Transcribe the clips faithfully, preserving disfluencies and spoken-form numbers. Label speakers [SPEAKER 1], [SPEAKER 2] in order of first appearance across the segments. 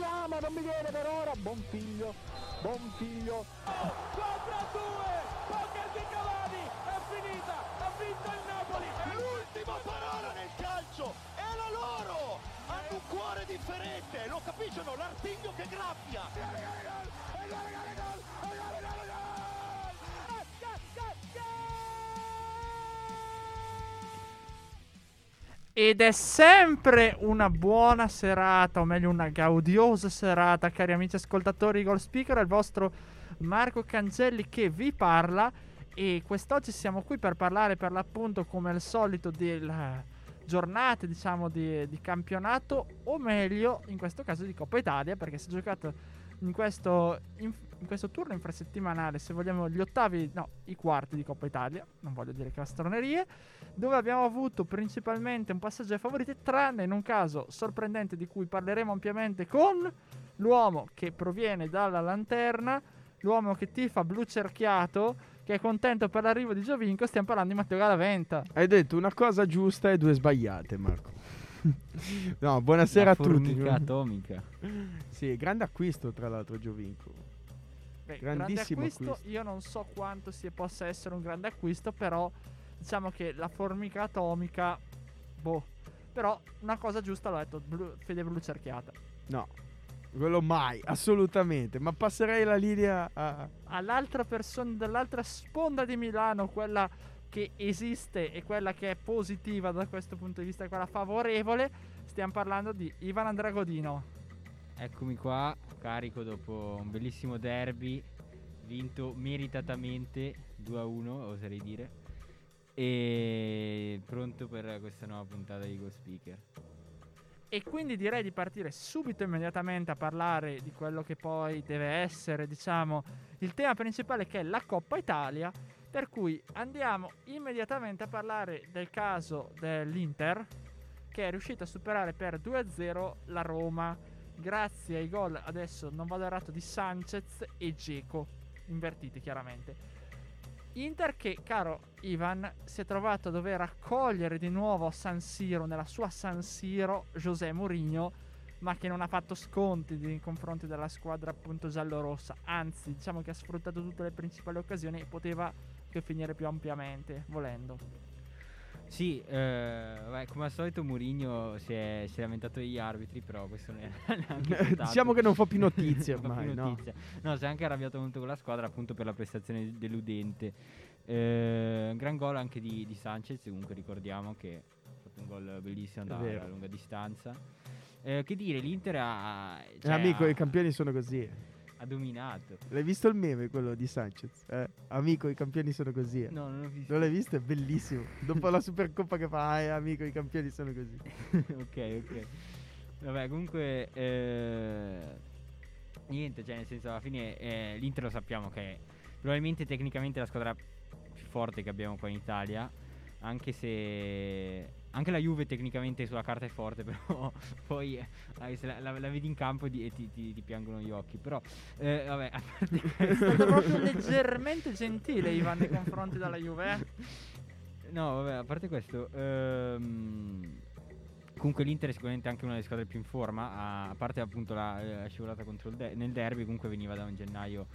[SPEAKER 1] chiama, non mi viene per ora. Buon figlio, buon figlio.
[SPEAKER 2] quattro a due, poker di Cavani, è finita, ha vinto il Napoli.
[SPEAKER 3] L'ultima parola nel calcio è la loro. Hanno un cuore differente, lo capiscono, l'artiglio che graffia.
[SPEAKER 4] Ed è sempre una buona serata, o meglio una gaudiosa serata, cari amici ascoltatori di Goal Speaker, è il vostro Marco Cangelli che vi parla. E quest'oggi siamo qui per parlare per l'appunto, come al solito, delle giornate, diciamo, di, di campionato, o meglio, in questo caso di Coppa Italia, perché si è giocato in questo, in, in questo turno infrasettimanale, se vogliamo, gli ottavi, no, i quarti di Coppa Italia, non voglio dire castronerie, dove abbiamo avuto principalmente un passaggio ai favoriti, tranne in un caso sorprendente di cui parleremo ampiamente con l'uomo che proviene dalla lanterna, l'uomo che tifa blu cerchiato, che è contento per l'arrivo di Giovinco. Stiamo parlando di Matteo Galaventa.
[SPEAKER 5] Hai detto una cosa giusta e due sbagliate, Marco. No, buonasera
[SPEAKER 6] La
[SPEAKER 5] a tutti.
[SPEAKER 6] formica atomica.
[SPEAKER 5] Sì, grande acquisto tra l'altro Giovinco.
[SPEAKER 4] Beh,
[SPEAKER 5] Grandissimo
[SPEAKER 4] grande acquisto,
[SPEAKER 5] acquisto.
[SPEAKER 4] io non so quanto sia, possa essere un grande acquisto, però diciamo che la formica atomica, boh, però una cosa giusta l'ho detto, blu, fede blu cerchiata.
[SPEAKER 5] No, quello mai, assolutamente. Ma passerei la linea a...
[SPEAKER 4] All'altra persona, dall'altra sponda di Milano, quella che esiste e quella che è positiva da questo punto di vista, quella favorevole, stiamo parlando di Ivan Andrea Godino.
[SPEAKER 6] Eccomi qua, carico dopo un bellissimo derby, vinto meritatamente due a uno, oserei dire, e pronto per questa nuova puntata di Go Speaker.
[SPEAKER 4] E quindi direi di partire subito, immediatamente, a parlare di quello che poi deve essere, diciamo, il tema principale, che è la Coppa Italia. Per cui andiamo immediatamente a parlare del caso dell'Inter, che è riuscito a superare per due a zero la Roma, grazie ai gol, adesso non vado errato, di Sanchez e Dzeko, invertiti chiaramente. Inter che, caro Ivan, si è trovato a dover accogliere di nuovo a San Siro, nella sua San Siro, José Mourinho, ma che non ha fatto sconti nei confronti della squadra appunto giallorossa, anzi diciamo che ha sfruttato tutte le principali occasioni e poteva che finire più ampiamente, volendo.
[SPEAKER 6] Sì, eh, beh, come al solito Mourinho si è, si è lamentato degli arbitri, però questo non è neanche
[SPEAKER 5] Diciamo che non fa più notizie
[SPEAKER 6] non fa
[SPEAKER 5] ormai,
[SPEAKER 6] più
[SPEAKER 5] no?
[SPEAKER 6] notizia. No, si è anche arrabbiato molto con la squadra, appunto per la prestazione deludente. Eh, un gran gol anche di, di Sanchez, comunque ricordiamo che ha fatto un gol bellissimo da
[SPEAKER 5] vero.
[SPEAKER 6] da lunga distanza. Eh, che dire, l'Inter ha,
[SPEAKER 5] Eh,
[SPEAKER 6] cioè,
[SPEAKER 5] amico,
[SPEAKER 6] ha,
[SPEAKER 5] i campioni sono così.
[SPEAKER 6] ha dominato.
[SPEAKER 5] L'hai visto il meme, quello di Sanchez? Eh? Amico, i campioni sono così. eh.
[SPEAKER 6] No, non l'ho visto.
[SPEAKER 5] Non l'hai visto? È bellissimo. Dopo la Supercoppa che fa, ah, eh, amico, i campioni sono così.
[SPEAKER 6] Ok, ok. Vabbè, comunque eh, niente, cioè nel senso alla fine eh, l'Inter lo sappiamo che è probabilmente tecnicamente la squadra più forte che abbiamo qua in Italia, anche se anche la Juve tecnicamente sulla carta è forte, però poi eh, se la, la, la vedi in campo di, e ti, ti, ti piangono gli occhi. Però eh, vabbè, a parte
[SPEAKER 4] È stato proprio leggermente gentile Ivan nei confronti della Juve, eh?
[SPEAKER 6] No, vabbè, a parte questo, ehm, comunque l'Inter è sicuramente anche una delle squadre più in forma, a, a parte appunto la, la scivolata contro il de- nel derby, comunque veniva da un gennaio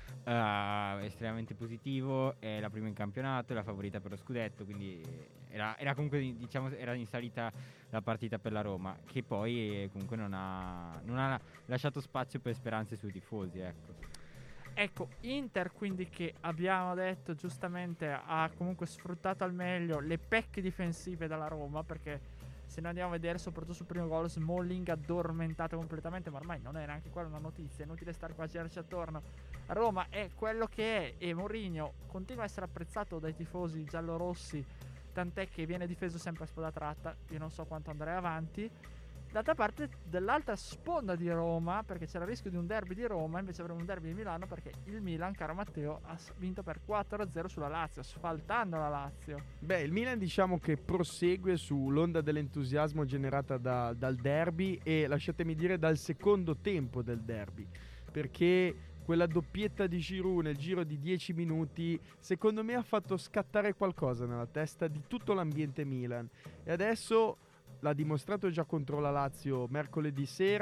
[SPEAKER 6] eh, estremamente positivo, è la prima in campionato, è la favorita per lo scudetto, quindi era, era comunque, diciamo, era in salita la partita per la Roma, che poi eh, comunque non ha, non ha lasciato spazio per speranze sui tifosi, ecco.
[SPEAKER 4] Ecco, Inter quindi, che abbiamo detto giustamente ha comunque sfruttato al meglio le pecche difensive della Roma, perché se noi andiamo a vedere soprattutto sul primo gol Smalling addormentato completamente, ma ormai non è neanche quella una notizia, è inutile stare qua a girarci attorno. Roma è quello che è e Mourinho continua a essere apprezzato dai tifosi giallorossi, tant'è che viene difeso sempre a spada tratta. Io non so quanto andrà avanti. D'altra parte, dell'altra sponda di Roma, perché c'era il rischio di un derby di Roma, invece avremo un derby di Milano, perché il Milan, caro Matteo, ha vinto per quattro a zero sulla Lazio, sfaltando la Lazio.
[SPEAKER 5] Beh, il Milan diciamo che prosegue sull'onda dell'entusiasmo generata da- dal derby e, lasciatemi dire, dal secondo tempo del derby, perché quella doppietta di Giroud nel giro di dieci minuti secondo me ha fatto scattare qualcosa nella testa di tutto l'ambiente Milan, e adesso l'ha dimostrato già contro la Lazio mercoledì sera,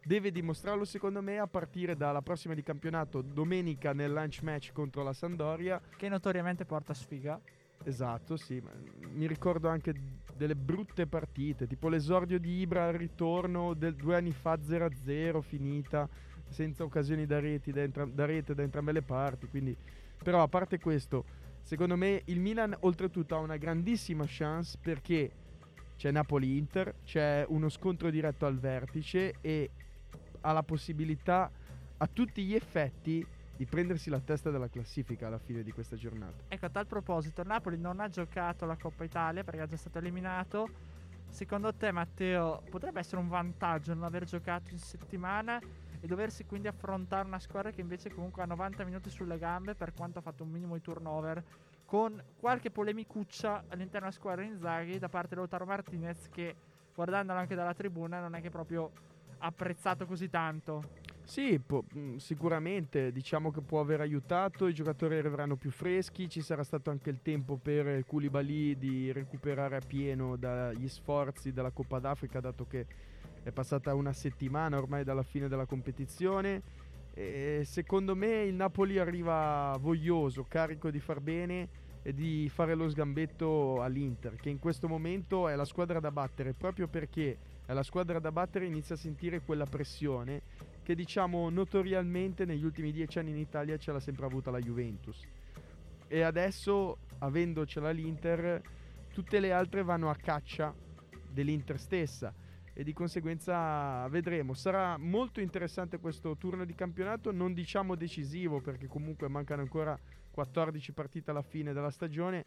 [SPEAKER 5] deve dimostrarlo secondo me a partire dalla prossima di campionato, domenica nel lunch match contro la Sampdoria.
[SPEAKER 4] Che notoriamente porta sfiga.
[SPEAKER 5] Esatto, sì, ma mi ricordo anche delle brutte partite, tipo l'esordio di Ibra al ritorno del due anni fa zero a zero, finita senza occasioni da, reti, da, entra- da rete da entrambe le parti. Quindi, però a parte questo, secondo me il Milan oltretutto ha una grandissima chance, perché c'è Napoli-Inter, c'è uno scontro diretto al vertice e ha la possibilità a tutti gli effetti di prendersi la testa della classifica alla fine di questa giornata.
[SPEAKER 4] Ecco, a tal proposito, il Napoli non ha giocato la Coppa Italia perché è già stato eliminato. Secondo te, Matteo, potrebbe essere un vantaggio non aver giocato in settimana e doversi quindi affrontare una squadra che invece comunque ha novanta minuti sulle gambe, per quanto ha fatto un minimo di turnover, con qualche polemicuccia all'interno della squadra Inzaghi da parte di Lautaro Martinez, che guardandolo anche dalla tribuna non è che proprio apprezzato così tanto.
[SPEAKER 5] Sì, po- mh, sicuramente diciamo che può aver aiutato, i giocatori arriveranno più freschi, ci sarà stato anche il tempo per Koulibaly di recuperare a pieno dagli sforzi della Coppa d'Africa, dato che è passata una settimana ormai dalla fine della competizione. E secondo me il Napoli arriva voglioso, carico di far bene e di fare lo sgambetto all'Inter, che in questo momento è la squadra da battere, proprio perché è la squadra da battere inizia a sentire quella pressione che diciamo notoriamente negli ultimi dieci anni in Italia ce l'ha sempre avuta la Juventus, e adesso avendocela l'Inter tutte le altre vanno a caccia dell'Inter stessa e di conseguenza vedremo. Sarà molto interessante questo turno di campionato, non diciamo decisivo perché comunque mancano ancora quattordici partite alla fine della stagione,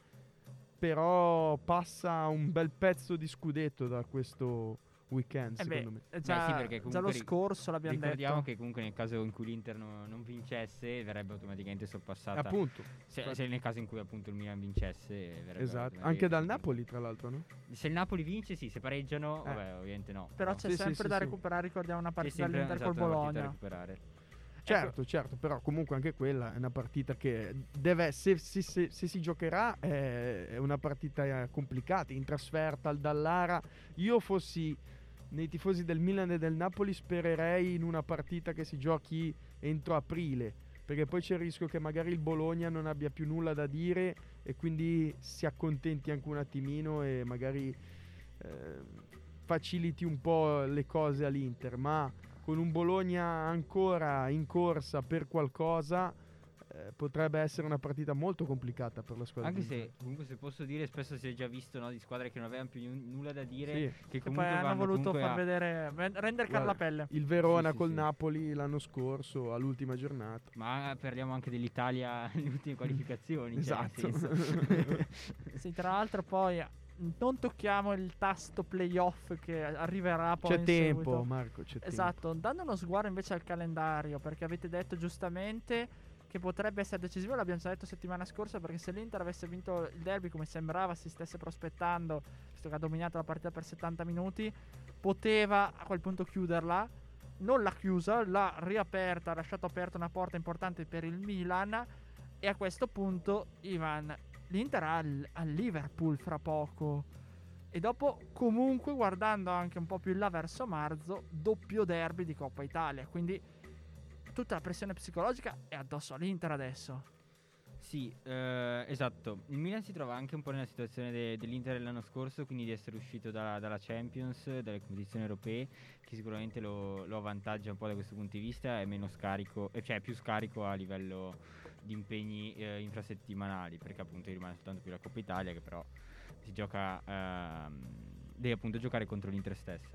[SPEAKER 5] però passa un bel pezzo di scudetto da questo weekend,
[SPEAKER 4] Eh
[SPEAKER 5] secondo
[SPEAKER 4] beh,
[SPEAKER 5] me.
[SPEAKER 4] eh, già,
[SPEAKER 6] Beh, sì, perché
[SPEAKER 4] già
[SPEAKER 6] comunque
[SPEAKER 4] lo
[SPEAKER 6] ri-
[SPEAKER 4] scorso l'abbiamo
[SPEAKER 6] Ricordiamo
[SPEAKER 4] detto.
[SPEAKER 6] che comunque nel caso in cui l'Inter no- non vincesse verrebbe automaticamente sorpassata.
[SPEAKER 5] Appunto,
[SPEAKER 6] Se, se nel caso in cui appunto il Milan vincesse verrebbe
[SPEAKER 5] esatto,
[SPEAKER 6] automaticamente
[SPEAKER 5] anche dal
[SPEAKER 6] sorpassata.
[SPEAKER 5] Napoli tra l'altro, no?
[SPEAKER 6] Se il Napoli vince sì, se pareggiano,
[SPEAKER 5] Eh.
[SPEAKER 6] vabbè ovviamente no.
[SPEAKER 4] Però c'è
[SPEAKER 5] Sì, sì,
[SPEAKER 4] sempre
[SPEAKER 5] sì,
[SPEAKER 4] da
[SPEAKER 5] sì.
[SPEAKER 4] recuperare, ricordiamo una
[SPEAKER 6] C'è
[SPEAKER 4] partita
[SPEAKER 6] sempre,
[SPEAKER 4] dell'Inter
[SPEAKER 6] esatto,
[SPEAKER 4] col
[SPEAKER 6] una partita da
[SPEAKER 4] Bologna.
[SPEAKER 6] recuperare.
[SPEAKER 5] Certo, certo, però comunque anche quella è una partita che deve, se, se- se- se si giocherà è, è una partita eh, complicata, in trasferta al Dallara. Io fossi nei tifosi del Milan e del Napoli spererei in una partita che si giochi entro aprile, perché poi c'è il rischio che magari il Bologna non abbia più nulla da dire e quindi si accontenti anche un attimino e magari eh, faciliti un po' le cose all'Inter, ma con un Bologna ancora in corsa per qualcosa eh, potrebbe essere una partita molto complicata per la squadra.
[SPEAKER 6] Anche
[SPEAKER 5] di
[SPEAKER 6] se
[SPEAKER 5] Inzaghi.
[SPEAKER 6] comunque se posso dire spesso si è già visto, no, di squadre che non avevano più n- nulla da dire,
[SPEAKER 5] Sì.
[SPEAKER 6] che
[SPEAKER 4] Che poi
[SPEAKER 6] comunque
[SPEAKER 4] hanno
[SPEAKER 6] vanno
[SPEAKER 4] voluto
[SPEAKER 6] comunque
[SPEAKER 4] far
[SPEAKER 6] a-
[SPEAKER 4] vedere, ven- rendere
[SPEAKER 5] Guarda,
[SPEAKER 4] la pelle.
[SPEAKER 5] Il Verona
[SPEAKER 6] Sì, sì,
[SPEAKER 5] col
[SPEAKER 6] sì.
[SPEAKER 5] Napoli l'anno scorso all'ultima giornata.
[SPEAKER 6] Ma parliamo anche dell'Italia nelle ultime qualificazioni. cioè, nel
[SPEAKER 5] Esatto.
[SPEAKER 6] senso-
[SPEAKER 4] Sì, tra l'altro poi non tocchiamo il tasto playoff che arriverà poi
[SPEAKER 5] C'è
[SPEAKER 4] in
[SPEAKER 5] tempo,
[SPEAKER 4] seguito.
[SPEAKER 5] Marco, c'è tempo.
[SPEAKER 4] Esatto, dando uno sguardo invece al calendario, perché avete detto giustamente che potrebbe essere decisivo, l'abbiamo già detto settimana scorsa, perché se l'Inter avesse vinto il derby come sembrava si stesse prospettando, visto che ha dominato la partita per settanta minuti, poteva a quel punto chiuderla. Non l'ha chiusa, l'ha riaperta, ha lasciato aperta una porta importante per il Milan, e a questo punto Ivan, l'Inter ha il- al Liverpool fra poco. E dopo, comunque, guardando anche un po' più in là verso marzo, doppio derby di Coppa Italia. Quindi tutta la pressione psicologica è addosso all'Inter adesso.
[SPEAKER 6] Sì, eh, esatto. Il Milan si trova anche un po' nella situazione de- dell'Inter dell'anno scorso, quindi di essere uscito da- dalla Champions, dalle competizioni europee, che sicuramente lo, lo avvantaggia un po' da questo punto di vista, è meno scarico, eh, cioè è più scarico a livello di impegni eh, infrasettimanali, perché appunto rimane soltanto più la Coppa Italia, che però si gioca, ehm, deve appunto giocare contro l'Inter stessa.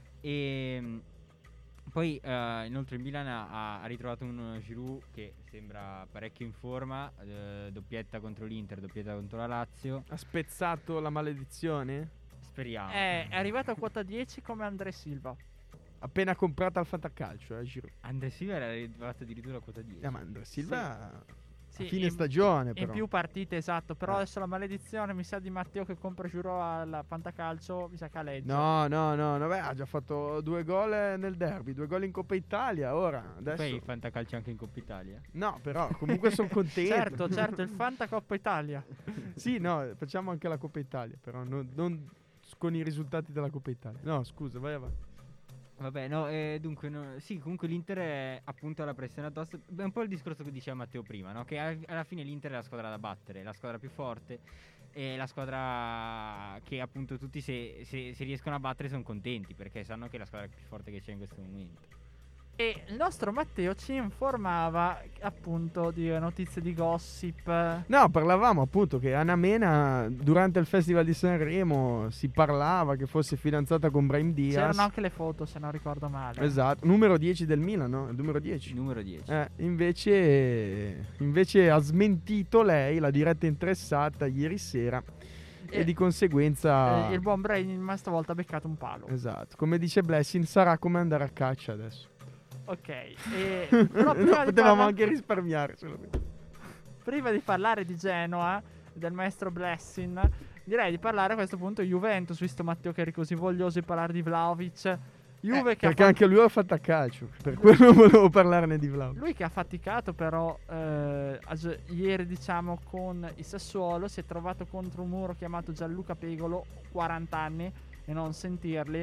[SPEAKER 6] E poi eh, inoltre il Milan ha, ha ritrovato un Giroud che sembra parecchio in forma, eh, doppietta contro l'Inter, doppietta contro la Lazio.
[SPEAKER 5] Ha spezzato la maledizione?
[SPEAKER 6] Speriamo.
[SPEAKER 4] È, è arrivato a quota dieci come André Silva.
[SPEAKER 5] Appena comprata al Fantacalcio, eh, Giroud.
[SPEAKER 6] André Silva era arrivato addirittura a quota dieci.
[SPEAKER 5] Eh, ma Andrea Silva
[SPEAKER 4] Sì,
[SPEAKER 5] a fine
[SPEAKER 4] in-
[SPEAKER 5] stagione
[SPEAKER 4] In
[SPEAKER 5] però.
[SPEAKER 4] più partite, esatto. Però
[SPEAKER 5] Eh.
[SPEAKER 4] adesso la maledizione, mi sa, di Matteo che compra Giuro al Fantacalcio, mi sa che aleggia.
[SPEAKER 5] No, no, no, no, beh, ha già fatto due gol eh, nel derby, due gol in Coppa Italia, ora, adesso...
[SPEAKER 6] Poi il fantacalcio anche in Coppa Italia.
[SPEAKER 5] No, però comunque sono contento.
[SPEAKER 4] Certo, certo, il Fanta Coppa Italia.
[SPEAKER 5] Sì, no, facciamo anche la Coppa Italia, però non, non con i risultati della Coppa Italia. No, scusa, vai avanti.
[SPEAKER 6] Vabbè, no, eh, dunque, no, sì, comunque l'Inter è appunto alla pressione addosso. È un po' il discorso che diceva Matteo prima, no? Che a- alla fine l'Inter è la squadra da battere, la squadra più forte e la squadra che appunto tutti se, se, se riescono a battere sono contenti perché sanno che è la squadra più forte che c'è in questo momento.
[SPEAKER 4] E il nostro Matteo ci informava appunto di notizie di gossip.
[SPEAKER 5] No, parlavamo appunto che Anna Mena durante il Festival di Sanremo si parlava che fosse fidanzata con Brahim Diaz.
[SPEAKER 4] C'erano anche le foto, se non ricordo male.
[SPEAKER 5] Esatto, numero dieci del Milan, no? Il numero dieci.
[SPEAKER 6] Numero dieci.
[SPEAKER 5] Eh, invece, invece ha smentito lei, la diretta interessata ieri sera e,
[SPEAKER 4] E-
[SPEAKER 5] di conseguenza...
[SPEAKER 4] Eh, il buon Brain stavolta ha beccato un palo.
[SPEAKER 5] Esatto, come dice Blessing sarà come andare a caccia adesso.
[SPEAKER 4] Ok. E, però prima,
[SPEAKER 5] No,
[SPEAKER 4] di
[SPEAKER 5] potevamo
[SPEAKER 4] parla-
[SPEAKER 5] anche risparmiare solamente.
[SPEAKER 4] prima di parlare di Genoa, del maestro Blessing, direi di parlare a questo punto Juventus, visto Matteo che eri così voglioso di parlare di Vlahovic. Juve
[SPEAKER 5] Eh,
[SPEAKER 4] che ha
[SPEAKER 5] perché
[SPEAKER 4] fatto-
[SPEAKER 5] anche lui ha fatto a calcio, per quello volevo parlarne di Vlahovic.
[SPEAKER 4] Lui che ha faticato però eh, a gio- ieri diciamo con il Sassuolo, si è trovato contro un muro chiamato Gianluca Pegolo, quaranta anni e non sentirli,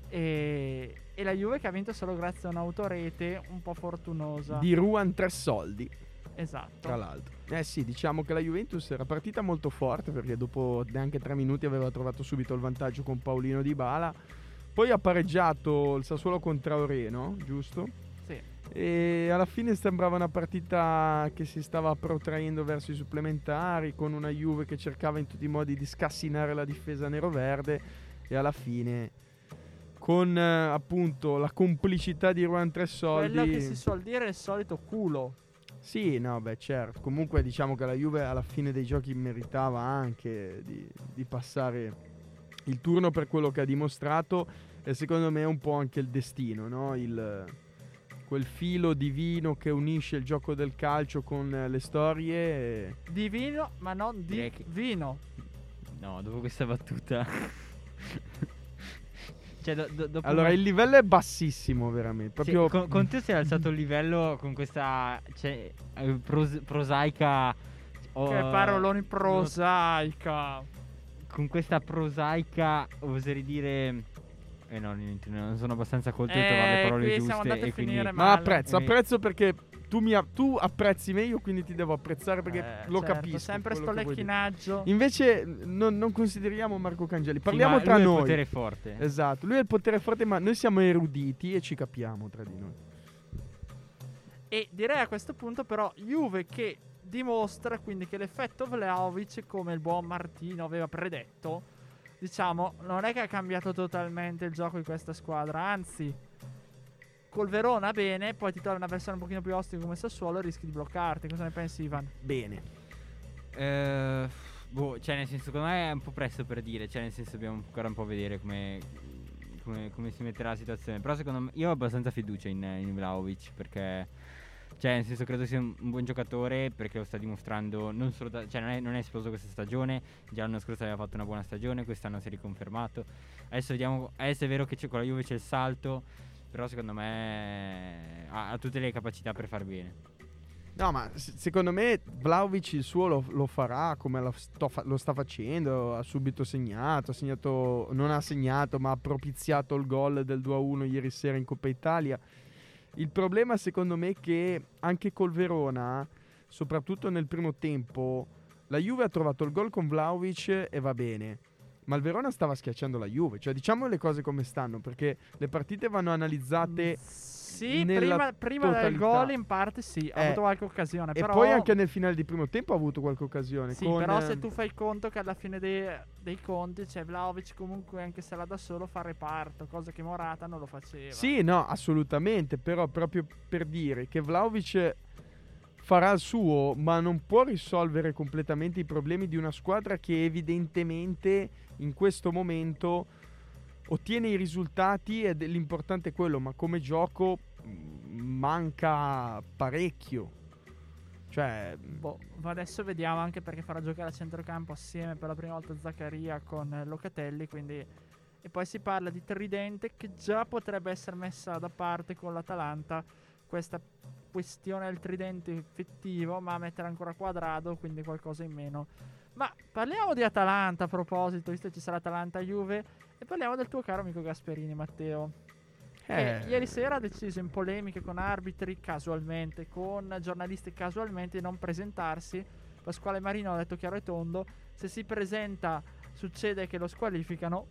[SPEAKER 4] e, e la Juve che ha vinto solo grazie a un'autorete un po' fortunosa.
[SPEAKER 5] Di Ruan tre soldi,
[SPEAKER 4] Esatto.
[SPEAKER 5] tra l'altro. Eh sì, diciamo che la Juventus era partita molto forte perché dopo neanche tre minuti aveva trovato subito il vantaggio con Paolino Dybala. Poi ha pareggiato il Sassuolo con Traoré, no? Giusto?
[SPEAKER 4] Sì.
[SPEAKER 5] E alla fine sembrava una partita che si stava protraendo verso i supplementari, con una Juve che cercava in tutti i modi di scassinare la difesa neroverde, e alla fine con eh, appunto la complicità di Ruan tre soldi.
[SPEAKER 4] Quello che si suol dire è il solito culo.
[SPEAKER 5] Sì, no, beh, certo. Comunque diciamo che la Juve alla fine dei giochi meritava anche di, di passare il turno per quello che ha dimostrato, e secondo me è un po' anche il destino, no? Il, quel filo divino che unisce il gioco del calcio con eh, le storie. e-
[SPEAKER 4] Di vino, ma non di
[SPEAKER 6] Direi che-
[SPEAKER 4] vino.
[SPEAKER 6] No, dopo questa battuta. Cioè, do- do- dopo
[SPEAKER 5] Allora,
[SPEAKER 6] una-
[SPEAKER 5] il livello è bassissimo, veramente.
[SPEAKER 6] Sì,
[SPEAKER 5] Proprio
[SPEAKER 6] con, con te si è alzato il livello con questa cioè, eh, pros- prosaica. oh,
[SPEAKER 4] Che paroloni
[SPEAKER 6] non-
[SPEAKER 4] prosaica.
[SPEAKER 6] Con questa prosaica, oserei dire. Eh no, niente, non sono abbastanza colto di trovare le
[SPEAKER 4] Eh,
[SPEAKER 6] parole
[SPEAKER 4] qui
[SPEAKER 6] giuste.
[SPEAKER 4] siamo andati a
[SPEAKER 6] E quindi.
[SPEAKER 4] finire
[SPEAKER 5] Ma
[SPEAKER 4] male.
[SPEAKER 5] apprezzo,
[SPEAKER 6] Eh.
[SPEAKER 5] apprezzo perché tu, mi a- tu apprezzi me, io quindi ti devo apprezzare perché
[SPEAKER 4] Eh,
[SPEAKER 5] lo
[SPEAKER 4] certo,
[SPEAKER 5] capisco.
[SPEAKER 4] Sempre
[SPEAKER 5] quello
[SPEAKER 4] sto
[SPEAKER 5] che vuoi dire.
[SPEAKER 4] lecchinaggio.
[SPEAKER 5] Invece non, non consideriamo Marco Cangelli,
[SPEAKER 6] Sì,
[SPEAKER 5] parliamo
[SPEAKER 6] ma
[SPEAKER 5] tra
[SPEAKER 6] lui ha il
[SPEAKER 5] noi.
[SPEAKER 6] potere forte.
[SPEAKER 5] Esatto, lui ha il potere forte, ma noi siamo eruditi e ci capiamo tra di noi.
[SPEAKER 4] E direi a questo punto però Juve che dimostra quindi che l'effetto Vlahovic, come il buon Martino aveva predetto, diciamo, non è che ha cambiato totalmente il gioco di questa squadra, anzi col Verona bene, poi ti trovi una versione un pochino più ostica come Sassuolo e rischi di bloccarti. Cosa ne pensi, Ivan?
[SPEAKER 5] Bene.
[SPEAKER 6] Eh, boh, cioè, nel senso, secondo me è un po' presto per dire. Cioè, nel senso, dobbiamo ancora un po' vedere come, come, come si metterà la situazione. Però, secondo me, io ho abbastanza fiducia in, in Vlahovic. Perché, cioè, nel senso, credo sia un, un buon giocatore. Perché lo sta dimostrando. Non solo da, cioè, non è, non è esploso questa stagione. Già l'anno scorso aveva fatto una buona stagione. Quest'anno si è riconfermato. Adesso vediamo. Adesso è vero che c'è, con la Juve c'è il salto. Però, secondo me, ha, ha tutte le capacità per far bene.
[SPEAKER 5] No, ma s- secondo me Vlahovic il suo lo, lo farà come lo, sto fa- lo sta facendo. Ha subito segnato, ha segnato, non ha segnato, ma ha propiziato il gol del due a uno ieri sera in Coppa Italia. Il problema secondo me è che anche col Verona, soprattutto nel primo tempo, la Juve ha trovato il gol con Vlahovic e va bene. Ma il Verona stava schiacciando la Juve. Cioè, diciamo le cose come stanno, perché le partite vanno analizzate.
[SPEAKER 4] Sì,
[SPEAKER 5] nella
[SPEAKER 4] prima, prima del
[SPEAKER 5] totalità.
[SPEAKER 4] gol in parte sì, ha
[SPEAKER 5] Eh,
[SPEAKER 4] avuto qualche occasione.
[SPEAKER 5] E
[SPEAKER 4] però,
[SPEAKER 5] poi anche nel finale di primo tempo ha avuto qualche occasione.
[SPEAKER 4] Sì,
[SPEAKER 5] con,
[SPEAKER 4] però se
[SPEAKER 5] ehm,
[SPEAKER 4] tu fai conto che alla fine dei, dei conti c'è Vlahovic comunque, anche se la da solo, fa reparto, cosa che Morata non lo faceva.
[SPEAKER 5] Sì, no, assolutamente. Però proprio per dire che Vlahovic farà il suo, ma non può risolvere completamente i problemi di una squadra che evidentemente in questo momento ottiene i risultati ed l'importante è quello, ma come gioco mh, manca parecchio. Cioè,
[SPEAKER 4] Boh, ma adesso vediamo, anche perché farà giocare a centrocampo assieme per la prima volta Zaccaria con eh, Locatelli, quindi. E poi si parla di tridente che già potrebbe essere messa da parte con l'Atalanta, questa questione del tridente effettivo, ma mettere ancora Quadrado, quindi qualcosa in meno. Ma parliamo di Atalanta a proposito, visto che ci sarà Atalanta-Juve, e parliamo del tuo caro amico Gasperini, Matteo. che
[SPEAKER 5] Eh.
[SPEAKER 4] ieri sera ha deciso in polemiche con arbitri casualmente, con giornalisti casualmente, di non presentarsi. Pasquale Marino ha detto chiaro e tondo: se si presenta succede che lo squalificano.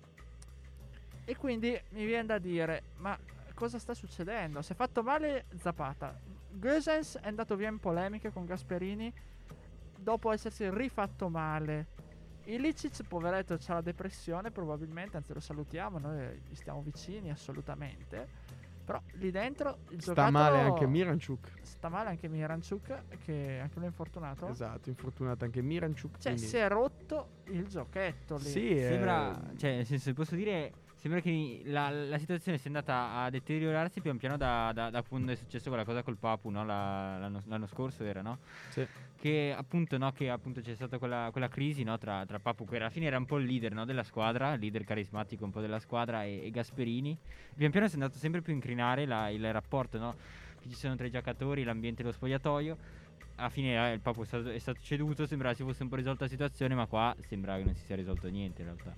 [SPEAKER 4] E quindi mi viene da dire, ma cosa sta succedendo? Si è fatto male Zapata, Gosens è andato via in polemiche con Gasperini dopo essersi rifatto male. Ilicic, poveretto, c'ha la depressione probabilmente, anzi lo salutiamo, noi gli stiamo vicini assolutamente. Però lì dentro il
[SPEAKER 5] Sta
[SPEAKER 4] giocattolo
[SPEAKER 5] male anche Miranchuk.
[SPEAKER 4] sta male anche Miranchuk, che anche lui è infortunato.
[SPEAKER 5] Esatto, infortunato anche Miranchuk.
[SPEAKER 4] Cioè
[SPEAKER 5] quindi-
[SPEAKER 4] si è rotto il giochetto lì.
[SPEAKER 5] Sì, eh,
[SPEAKER 6] Sembra, cioè, nel senso, posso dire, sembra che la, la situazione sia andata a deteriorarsi pian piano da, da, da quando è successo quella cosa col Papu, no? La- l'anno, l'anno scorso era, no?
[SPEAKER 5] Sì.
[SPEAKER 6] Che appunto, no, che appunto c'è stata quella, quella crisi, no, tra, tra Papu, che alla fine era un po' il leader, no, della squadra, il leader carismatico un po' della squadra, e, e Gasperini. Pian piano si è andato sempre più a incrinare la- il rapporto, no, che ci sono tra i giocatori, l'ambiente e lo spogliatoio. Alla fine eh, il Papu è stato, è stato ceduto, sembrava si fosse un po' risolta la situazione, ma qua sembra che non si sia risolto niente in realtà.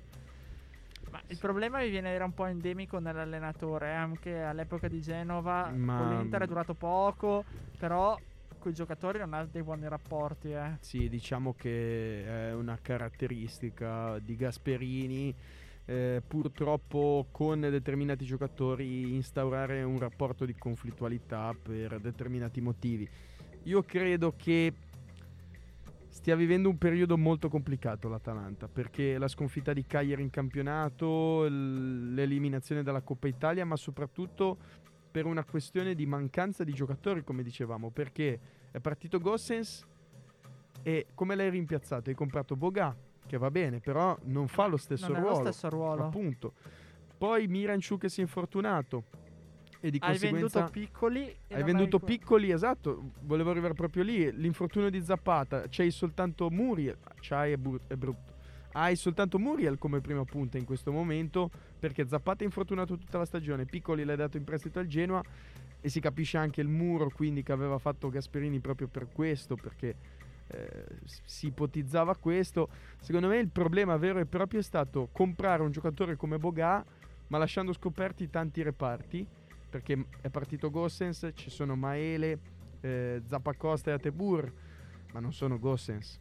[SPEAKER 4] Ma il problema mi viene era un po' endemico nell'allenatore, eh, anche all'epoca di Genova
[SPEAKER 5] Ma-
[SPEAKER 4] con l'Inter è durato poco, però con i giocatori non ha dei buoni rapporti, eh.
[SPEAKER 5] Sì, diciamo che è una caratteristica di Gasperini, eh, purtroppo con determinati giocatori instaurare un rapporto di conflittualità per determinati motivi. Io credo che stia vivendo un periodo molto complicato l'Atalanta, perché la sconfitta di Cagliari in campionato, l- l'eliminazione dalla Coppa Italia, ma soprattutto per una questione di mancanza di giocatori, come dicevamo, perché è partito Gossens e come l'hai rimpiazzato? Hai comprato Boga, che va bene, però non fa lo stesso
[SPEAKER 4] Non è lo
[SPEAKER 5] ruolo.
[SPEAKER 4] stesso ruolo.
[SPEAKER 5] Appunto. Poi Miranchuk che si è infortunato e di
[SPEAKER 4] Hai
[SPEAKER 5] conseguenza
[SPEAKER 4] venduto Piccoli e
[SPEAKER 5] hai
[SPEAKER 4] non
[SPEAKER 5] venduto
[SPEAKER 4] co-
[SPEAKER 5] Piccoli, esatto, volevo arrivare proprio lì. L'infortunio di Zapata, c'hai soltanto Muriel, c'hai è, bru- è brutto. Hai soltanto Muriel come prima punta in questo momento, perché Zapata è infortunato tutta la stagione, Piccoli l'hai dato in prestito al Genoa e si capisce anche il muro quindi che aveva fatto Gasperini proprio per questo, perché eh, si ipotizzava questo. Secondo me il problema vero e proprio è stato comprare un giocatore come Boga, ma lasciando scoperti tanti reparti, perché è partito Gossens, ci sono Maele, eh, Zappacosta e Atebur, ma non sono Gossens.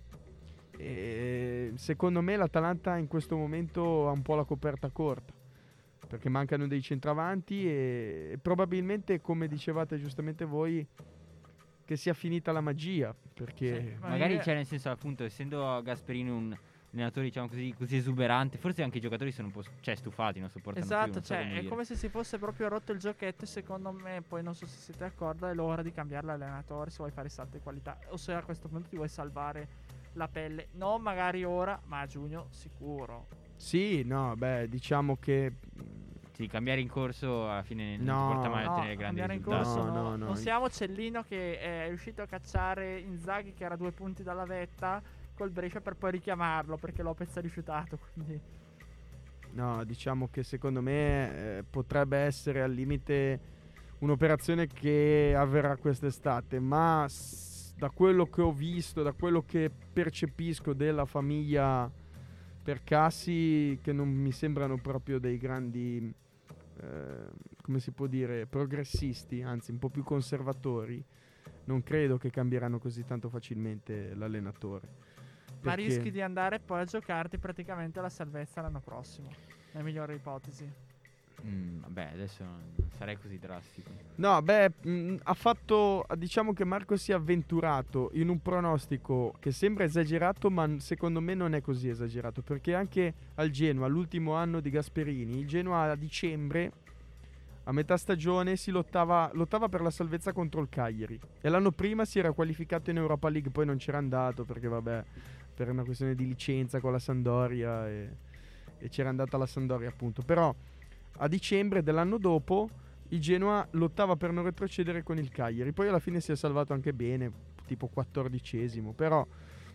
[SPEAKER 5] E secondo me l'Atalanta in questo momento ha un po' la coperta corta, perché mancano dei centravanti e, e probabilmente, come dicevate giustamente voi, che sia finita la magia, perché
[SPEAKER 4] Sì, ma
[SPEAKER 6] Magari
[SPEAKER 4] io-
[SPEAKER 6] c'è, nel senso, appunto, essendo Gasperini un allenatore, diciamo così, così esuberante, forse anche i giocatori sono un po' s- cioè, stufati, non sopportano più,
[SPEAKER 4] Esatto,
[SPEAKER 6] non so
[SPEAKER 4] cioè
[SPEAKER 6] come
[SPEAKER 4] è
[SPEAKER 6] dire.
[SPEAKER 4] come se si fosse proprio rotto il giochetto e secondo me, poi non so se siete d'accordo, è l'ora di cambiare l'allenatore se vuoi fare salto di qualità o se a questo punto ti vuoi salvare la pelle. Non magari ora, ma a giugno sicuro.
[SPEAKER 5] sì, no, beh, diciamo che
[SPEAKER 6] Sì, cambiare in corso alla fine non
[SPEAKER 5] No,
[SPEAKER 6] ti porta mai a
[SPEAKER 4] No,
[SPEAKER 6] ottenere grandi
[SPEAKER 4] andare in
[SPEAKER 6] risultati.
[SPEAKER 4] corso
[SPEAKER 5] No,
[SPEAKER 4] no,
[SPEAKER 5] no, no.
[SPEAKER 4] non siamo Cellino che è riuscito a cacciare Inzaghi che era due punti dalla vetta col Brescia per poi richiamarlo perché Lopez ha rifiutato, quindi
[SPEAKER 5] no, diciamo che secondo me eh, potrebbe essere al limite un'operazione che avverrà quest'estate, ma s- da quello che ho visto, da quello che percepisco della famiglia Percassi, che non mi sembrano proprio dei grandi, eh, come si può dire, progressisti, anzi un po' più conservatori, non credo che cambieranno così tanto facilmente l'allenatore.
[SPEAKER 4] ma
[SPEAKER 5] Perché-
[SPEAKER 4] rischi di andare poi a giocarti praticamente la salvezza l'anno prossimo, nella migliore ipotesi.
[SPEAKER 6] Mm, vabbè, adesso non sarei così drastico.
[SPEAKER 5] No, beh, mh, ha fatto, diciamo che Marco si è avventurato in un pronostico che sembra esagerato, ma n- secondo me non è così esagerato, perché anche al Genoa, l'ultimo anno di Gasperini, il Genoa a dicembre, a metà stagione, si lottava, lottava per la salvezza contro il Cagliari, e l'anno prima si era qualificato in Europa League, poi non c'era andato, perché vabbè, per una questione di licenza con la Sampdoria, e, e c'era andata la Sampdoria appunto, però a dicembre dell'anno dopo il Genoa lottava per non retrocedere con il Cagliari, poi alla fine si è salvato anche bene, tipo quattordicesimo, però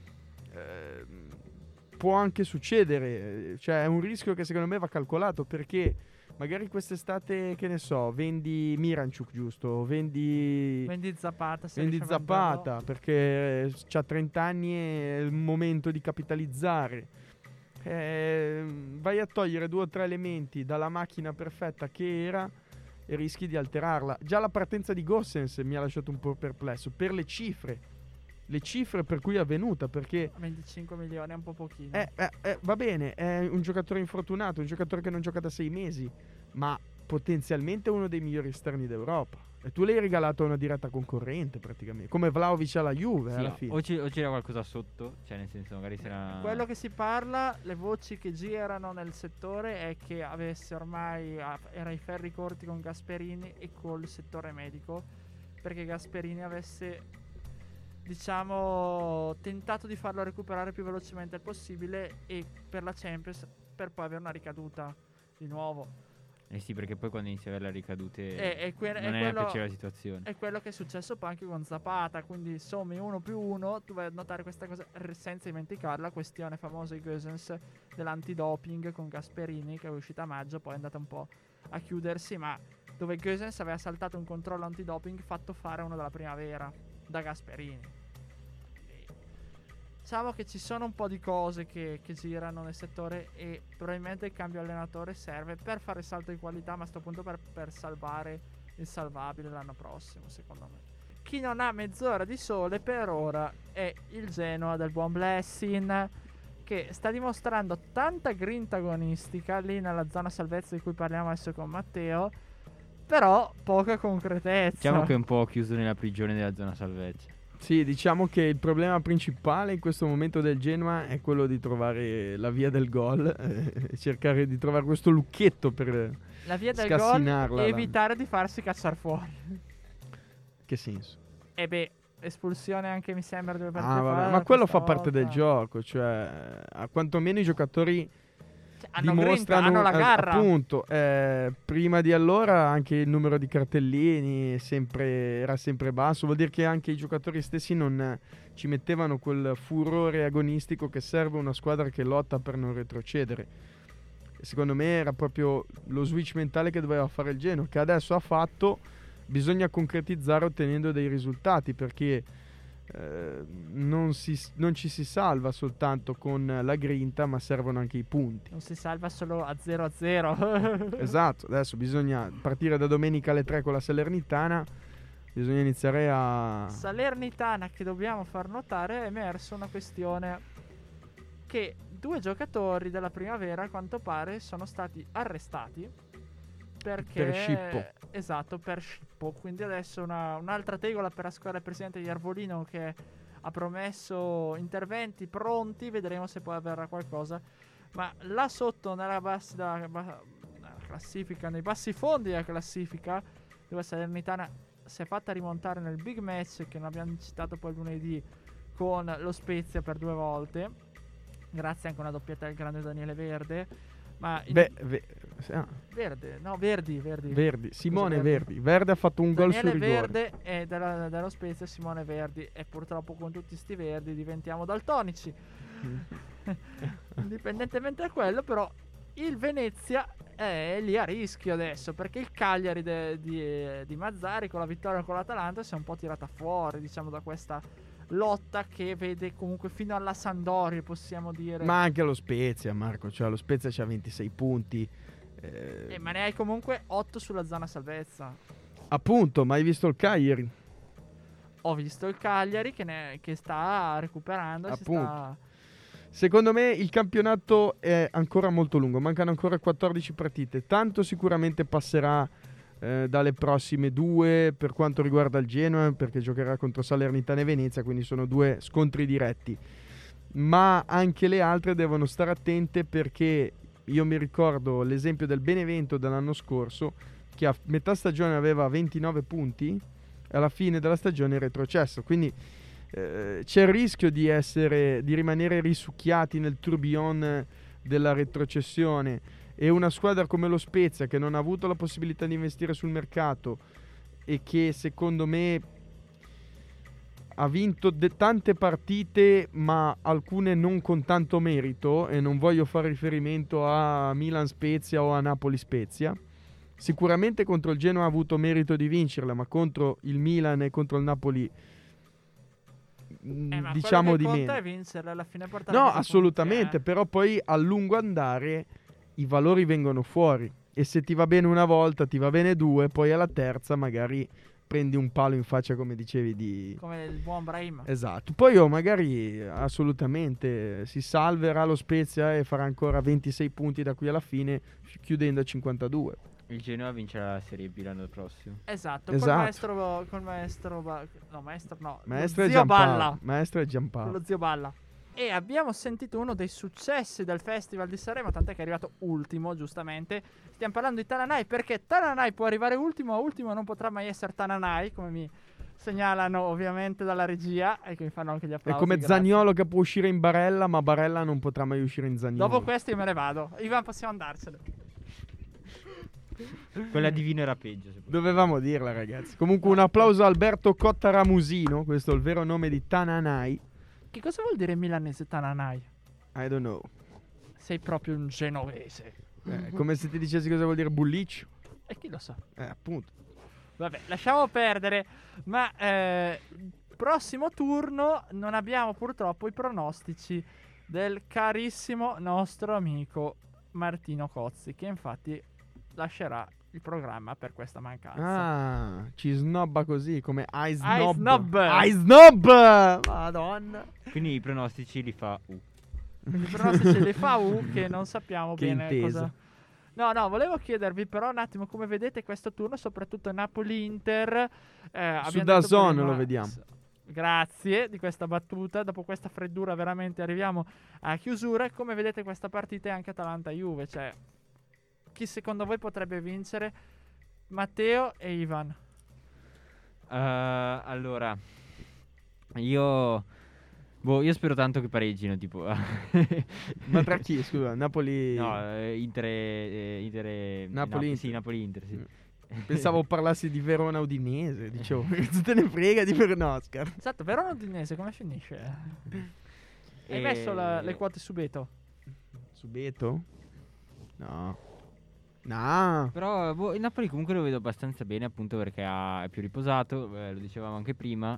[SPEAKER 5] ehm, può anche succedere, cioè è un rischio che secondo me va calcolato, perché magari quest'estate, che ne so, vendi Miranchuk, giusto, vendi
[SPEAKER 4] Vendi Zapata, se
[SPEAKER 5] vendi
[SPEAKER 4] riesci a venderlo.
[SPEAKER 5] Zapata, perché ha trenta anni e è il momento di capitalizzare. Eh, vai a togliere due o tre elementi dalla macchina perfetta che era e rischi di alterarla. Già la partenza di Gosens mi ha lasciato un po' perplesso per le cifre, le cifre per cui è avvenuta, perché
[SPEAKER 4] venticinque milioni è un po' pochino.
[SPEAKER 5] eh, eh, eh, va bene, è un giocatore infortunato, un giocatore che non gioca da sei mesi, ma potenzialmente uno dei migliori esterni d'Europa. E tu l'hai regalato a una diretta concorrente praticamente, come Vlahovic alla Juve
[SPEAKER 6] Sì,
[SPEAKER 5] alla fine.
[SPEAKER 6] o, c- o c'era qualcosa sotto, cioè nel senso magari se era...
[SPEAKER 4] Quello che si parla, le voci che girano nel settore è che avesse ormai a- era ai ferri corti con Gasperini e col settore medico, perché Gasperini avesse, diciamo, tentato di farlo recuperare più velocemente il possibile e per la Champions, per poi avere una ricaduta di nuovo.
[SPEAKER 6] Eh sì, perché poi quando inizi a avere le ricadute
[SPEAKER 4] E- e que-
[SPEAKER 6] non
[SPEAKER 4] e
[SPEAKER 6] è
[SPEAKER 4] quello-
[SPEAKER 6] una piacevole situazione.
[SPEAKER 4] È quello che è successo poi anche con Zapata, quindi sommi uno più uno, tu vai a notare questa cosa r- senza dimenticare la questione famosa di Gosens dell'antidoping con Gasperini che è uscita a maggio, poi è andata un po' a chiudersi, ma dove Gosens aveva saltato un controllo antidoping fatto fare a uno della primavera da Gasperini. Diciamo che ci sono un po' di cose che, che girano nel settore e probabilmente il cambio allenatore serve per fare salto di qualità, ma a sto punto per, per salvare il salvabile l'anno prossimo, secondo me. Chi non ha mezz'ora di sole per ora è il Genoa del buon Blessing, che sta dimostrando tanta grinta agonistica lì nella zona salvezza di cui parliamo adesso con Matteo, però poca concretezza.
[SPEAKER 6] Diciamo che è un po' chiuso nella prigione della zona salvezza.
[SPEAKER 5] Sì, diciamo che il problema principale in questo momento del Genoa è quello di trovare la via del gol, eh, cercare di trovare questo lucchetto per
[SPEAKER 4] la via del gol
[SPEAKER 5] scassinarla.
[SPEAKER 4] e evitare di farsi cacciare fuori.
[SPEAKER 5] Che senso?
[SPEAKER 4] E beh, espulsione anche mi sembra due partite
[SPEAKER 5] Ah, vabbè,
[SPEAKER 4] fa,
[SPEAKER 5] ma quello
[SPEAKER 4] questa
[SPEAKER 5] fa parte del
[SPEAKER 4] volta.
[SPEAKER 5] gioco, cioè a quantomeno i giocatori
[SPEAKER 4] Cioè, hanno grinta,
[SPEAKER 5] dimostrano
[SPEAKER 4] hanno la
[SPEAKER 5] eh,
[SPEAKER 4] garra.
[SPEAKER 5] appunto, eh, prima di allora anche il numero di cartellini sempre, era sempre basso, vuol dire che anche i giocatori stessi non eh, ci mettevano quel furore agonistico che serve a una squadra che lotta per non retrocedere. E secondo me era proprio lo switch mentale che doveva fare il Genoa, che adesso ha fatto. Bisogna concretizzare ottenendo dei risultati, perché eh, non, si, non ci si salva soltanto con la grinta, ma servono anche i punti.
[SPEAKER 4] Non si salva solo a zero a zero.
[SPEAKER 5] Esatto, adesso bisogna partire da domenica alle tre con la Salernitana, bisogna iniziare a...
[SPEAKER 4] Salernitana, che dobbiamo far notare, è emersa una questione che due giocatori della primavera a quanto pare sono stati arrestati perché
[SPEAKER 5] Per scippo.
[SPEAKER 4] Esatto, per scippo. Quindi adesso una, un'altra tegola per la squadra del presidente Iervolino, che ha promesso interventi pronti, vedremo se poi avverrà qualcosa. Ma là sotto nella, bassi, nella, nella classifica, nei bassi fondi della classifica, dove Salernitana si è fatta rimontare nel big match che non abbiamo citato poi lunedì con lo Spezia per due volte, grazie anche a una doppietta del grande Daniele Verde. Ma in-
[SPEAKER 5] Beh, ve- ah,
[SPEAKER 4] Verde, no, Verdi, Verdi.
[SPEAKER 5] Verdi, Simone
[SPEAKER 4] Scusa,
[SPEAKER 5] Verdi. Verde ha fatto un gol
[SPEAKER 4] Daniele
[SPEAKER 5] sul rigore.
[SPEAKER 4] Verde è della, dello Spezia, Simone Verdi, e purtroppo con tutti sti verdi diventiamo daltonici. Indipendentemente da quello, però il Venezia è lì a rischio adesso, perché il Cagliari de- di, di Mazzari con la vittoria con l'Atalanta si è un po' tirata fuori, diciamo, da questa lotta che vede comunque fino alla Sampdoria, possiamo dire.
[SPEAKER 5] Ma anche lo Spezia, Marco, cioè lo Spezia c'ha ventisei punti. eh,
[SPEAKER 4] Eh, ma ne hai comunque otto sulla zona salvezza.
[SPEAKER 5] Appunto, ma hai visto il Cagliari?
[SPEAKER 4] Ho visto il Cagliari che, ne- che sta recuperando. Si
[SPEAKER 5] Appunto.
[SPEAKER 4] sta...
[SPEAKER 5] Secondo me il campionato è ancora molto lungo, mancano ancora quattordici partite, tanto sicuramente passerà eh, dalle prossime due per quanto riguarda il Genoa, perché giocherà contro Salernitana e Venezia, quindi sono due scontri diretti, ma anche le altre devono stare attente, perché io mi ricordo l'esempio del Benevento dell'anno scorso, che a metà stagione aveva ventinove punti e alla fine della stagione è retrocesso, quindi Eh, c'è il rischio di essere di rimanere risucchiati nel tourbillon della retrocessione, e una squadra come lo Spezia, che non ha avuto la possibilità di investire sul mercato e che secondo me ha vinto de- tante partite, ma alcune non con tanto merito, e non voglio fare riferimento a Milan Spezia o a Napoli Spezia. Sicuramente contro il Genoa ha avuto merito di vincerla, ma contro il Milan e contro il Napoli
[SPEAKER 4] Eh, ma
[SPEAKER 5] diciamo
[SPEAKER 4] quello
[SPEAKER 5] di
[SPEAKER 4] che
[SPEAKER 5] meno.
[SPEAKER 4] conta è vincerla, alla fine portare
[SPEAKER 5] No,
[SPEAKER 4] a casa i
[SPEAKER 5] assolutamente,
[SPEAKER 4] punti, eh.
[SPEAKER 5] però poi a lungo andare i valori vengono fuori, e se ti va bene una volta, ti va bene due, poi alla terza magari prendi un palo in faccia, come dicevi di...
[SPEAKER 4] Come il buon Brahim.
[SPEAKER 5] Esatto. Poi oh, magari assolutamente si salverà lo Spezia e farà ancora ventisei punti da qui alla fine, chiudendo a cinquantadue.
[SPEAKER 6] Il Genoa vincerà la Serie B l'anno prossimo.
[SPEAKER 4] Esatto,
[SPEAKER 5] Esatto.
[SPEAKER 4] col maestro, col maestro, Ba- no maestro no,
[SPEAKER 5] Maestro
[SPEAKER 4] lo
[SPEAKER 5] è
[SPEAKER 4] zio
[SPEAKER 5] Giampaolo.
[SPEAKER 4] Balla,
[SPEAKER 5] Maestro è Giampaolo.
[SPEAKER 4] lo zio Balla. E abbiamo sentito uno dei successi del Festival di Sanremo, tant'è che è arrivato ultimo, giustamente. Stiamo parlando di Tananai, perché Tananai può arrivare ultimo, a ultimo non potrà mai essere Tananai, come mi segnalano ovviamente dalla regia e che mi fanno anche gli
[SPEAKER 5] È
[SPEAKER 4] applausi.
[SPEAKER 5] come
[SPEAKER 4] grazie.
[SPEAKER 5] Zaniolo che può uscire in Barella, ma Barella non potrà mai uscire in Zaniolo.
[SPEAKER 4] Dopo questo io me ne vado. Ivan, possiamo andarcene.
[SPEAKER 6] Quella di Vino era peggio. se
[SPEAKER 5] Dovevamo dirla, ragazzi. Comunque un applauso a Alberto Cottaramusino, questo è il vero nome di Tananai.
[SPEAKER 4] Che cosa vuol dire in milanese Tananai?
[SPEAKER 5] I don't know.
[SPEAKER 4] Sei proprio un genovese.
[SPEAKER 5] Eh, come se ti dicessi cosa vuol dire bulliccio.
[SPEAKER 4] E chi lo sa?
[SPEAKER 5] Eh, appunto.
[SPEAKER 4] Vabbè, lasciamo perdere. Ma eh, prossimo turno non abbiamo purtroppo i pronostici del carissimo nostro amico Martino Cozzi, che infatti lascerà il programma per questa mancanza.
[SPEAKER 5] Ah, ci snobba così, come I snob.
[SPEAKER 4] I snob.
[SPEAKER 5] I snob! Madonna.
[SPEAKER 6] Quindi i pronostici li fa U.
[SPEAKER 4] Quindi i pronostici li fa U, che non sappiamo
[SPEAKER 5] Che
[SPEAKER 4] bene
[SPEAKER 5] intesa.
[SPEAKER 4] cosa. No, no, volevo chiedervi però un attimo come vedete questo turno, soprattutto Napoli-Inter. Eh, abbiamo
[SPEAKER 5] Su
[SPEAKER 4] detto
[SPEAKER 5] DAZN
[SPEAKER 4] prima-
[SPEAKER 5] lo vediamo.
[SPEAKER 4] S- Grazie di questa battuta. Dopo questa freddura veramente arriviamo a chiusura. E come vedete questa partita è anche Atalanta-Juve. Cioè, chi secondo voi potrebbe vincere? Matteo e Ivan.
[SPEAKER 6] Uh, allora, io... Boh, io spero tanto che pareggino, tipo...
[SPEAKER 5] Ma tra chi? Scusa, Napoli...
[SPEAKER 6] No, eh, Inter... e- Inter... e-
[SPEAKER 5] Napoli-Inter.
[SPEAKER 6] Nap- Sì, Napoli-Inter, sì.
[SPEAKER 5] Pensavo parlassi di Verona Udinese. Dicevo, che te ne frega di Verona, Oscar.
[SPEAKER 4] Esatto, Verona Udinese come finisce? Hai
[SPEAKER 6] E-
[SPEAKER 4] messo la- le quote su Beto?
[SPEAKER 5] Su Beto? No. No.
[SPEAKER 6] Però boh, il Napoli comunque lo vedo abbastanza bene, appunto perché ha- è più riposato, eh, lo dicevamo anche prima.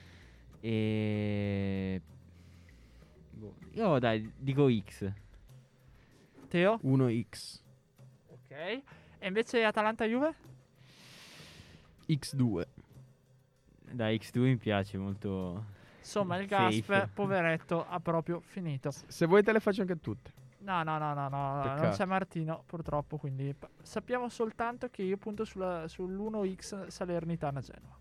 [SPEAKER 6] E... boh, io dai, dico X.
[SPEAKER 4] Teo?
[SPEAKER 5] uno x.
[SPEAKER 4] Ok. E invece Atalanta-Juve?
[SPEAKER 5] X due.
[SPEAKER 6] Dai, X due mi piace molto.
[SPEAKER 4] Insomma, il
[SPEAKER 6] Safe.
[SPEAKER 4] Gasp, poveretto, ha proprio finito.
[SPEAKER 5] Se vuoi te le faccio anche tutte.
[SPEAKER 4] No, no, no, no, no,
[SPEAKER 5] Peccato.
[SPEAKER 4] non c'è Martino, purtroppo, quindi p- sappiamo soltanto che io punto sulla, sull'uno x Salernitana-Genova.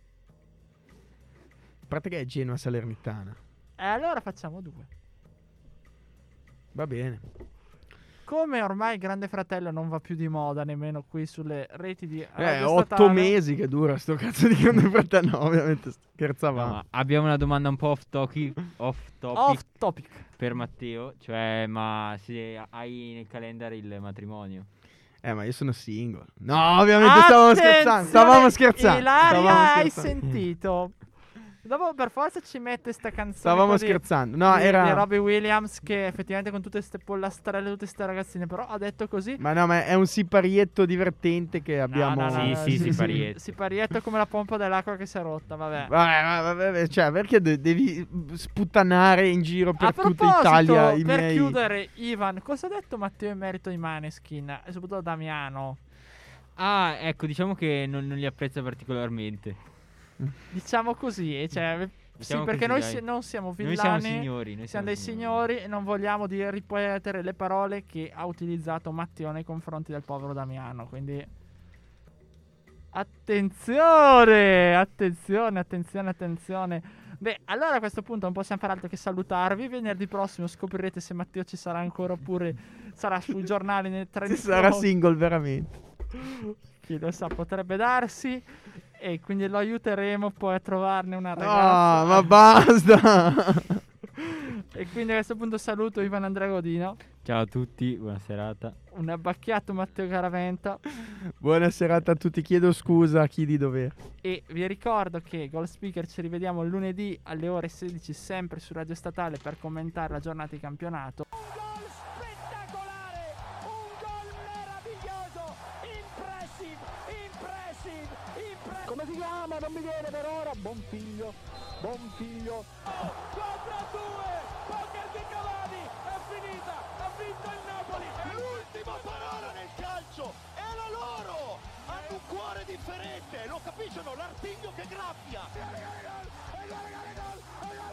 [SPEAKER 5] A parte che è Genoa Salernitana.
[SPEAKER 4] E allora facciamo due.
[SPEAKER 5] Va bene.
[SPEAKER 4] Come ormai il Grande Fratello non va più di moda nemmeno qui sulle reti di
[SPEAKER 5] Eh,
[SPEAKER 4] Radio
[SPEAKER 5] otto
[SPEAKER 4] Statale,
[SPEAKER 5] mesi che dura sto cazzo di Grande Fratello. No, ovviamente scherzavamo.
[SPEAKER 6] No, ma abbiamo una domanda un po' off topic, off topic
[SPEAKER 4] Off topic.
[SPEAKER 6] per Matteo, cioè ma se hai nel calendar il matrimonio.
[SPEAKER 5] Eh, ma io sono single. No, ovviamente stavamo scherzando. Stavamo scherzando.
[SPEAKER 4] Ilaria,
[SPEAKER 5] Stavamo
[SPEAKER 4] hai
[SPEAKER 5] scherzando.
[SPEAKER 4] sentito? Dopo per forza ci mette sta canzone
[SPEAKER 5] Stavamo
[SPEAKER 4] qua di-
[SPEAKER 5] scherzando. No,
[SPEAKER 4] di,
[SPEAKER 5] era...
[SPEAKER 4] di Robbie Williams, che effettivamente con tutte queste pollastrelle, tutte queste ragazzine, però ha detto così.
[SPEAKER 5] Ma no, ma è un siparietto divertente che abbiamo...
[SPEAKER 4] No, no, no,
[SPEAKER 6] Sì,
[SPEAKER 4] no,
[SPEAKER 6] sì, siparietto.
[SPEAKER 4] Siparietto come la pompa dell'acqua che si è rotta, vabbè.
[SPEAKER 5] Vabbè, vabbè, vabbè, cioè, perché de- devi sputtanare in giro per
[SPEAKER 4] A
[SPEAKER 5] tutta
[SPEAKER 4] proposito,
[SPEAKER 5] Italia i
[SPEAKER 4] per
[SPEAKER 5] miei...
[SPEAKER 4] chiudere, Ivan, cosa ha detto Matteo in merito ai Maneskin e soprattutto a Damiano?
[SPEAKER 6] Ah, ecco, diciamo che non, non li apprezza particolarmente.
[SPEAKER 4] Diciamo così, eh, cioè,
[SPEAKER 6] Diciamo
[SPEAKER 4] sì, perché
[SPEAKER 6] così,
[SPEAKER 4] noi
[SPEAKER 6] dai.
[SPEAKER 4] si- non siamo villani,
[SPEAKER 6] Noi siamo signori, noi
[SPEAKER 4] siamo dei signori e non vogliamo di ripetere le parole che ha utilizzato Matteo nei confronti del povero Damiano, quindi attenzione, attenzione, attenzione, attenzione. Beh, allora a questo punto non possiamo fare altro che salutarvi. Venerdì prossimo scoprirete se Matteo ci sarà ancora oppure sarà sui giornali nel
[SPEAKER 5] Si
[SPEAKER 4] trenta
[SPEAKER 5] sarà single veramente.
[SPEAKER 4] Chi lo sa, potrebbe darsi. E quindi lo aiuteremo poi a trovarne una
[SPEAKER 5] No,
[SPEAKER 4] ragazza.
[SPEAKER 5] ma basta.
[SPEAKER 4] E quindi a questo punto saluto Ivan Andrea Godino,
[SPEAKER 6] Ciao a tutti, buona serata.
[SPEAKER 4] un abbacchiato Matteo Garaventa.
[SPEAKER 5] Buona serata a tutti. Chiedo scusa a chi di dovere.
[SPEAKER 4] E vi ricordo che Goal Speaker ci rivediamo lunedì alle ore sedici sempre su Radio Statale per commentare la giornata di campionato.
[SPEAKER 2] Un gol spettacolare, un gol meraviglioso, impressive, impressive, impressive.
[SPEAKER 1] Come si chiama? Non mi viene per ora. Buon figlio, buon figlio.
[SPEAKER 2] quattro a due, poker di Cavani, è finita, ha vinto il Napoli.
[SPEAKER 3] L'ultima parola nel calcio differente, lo capiscono? L'artiglio che graffia.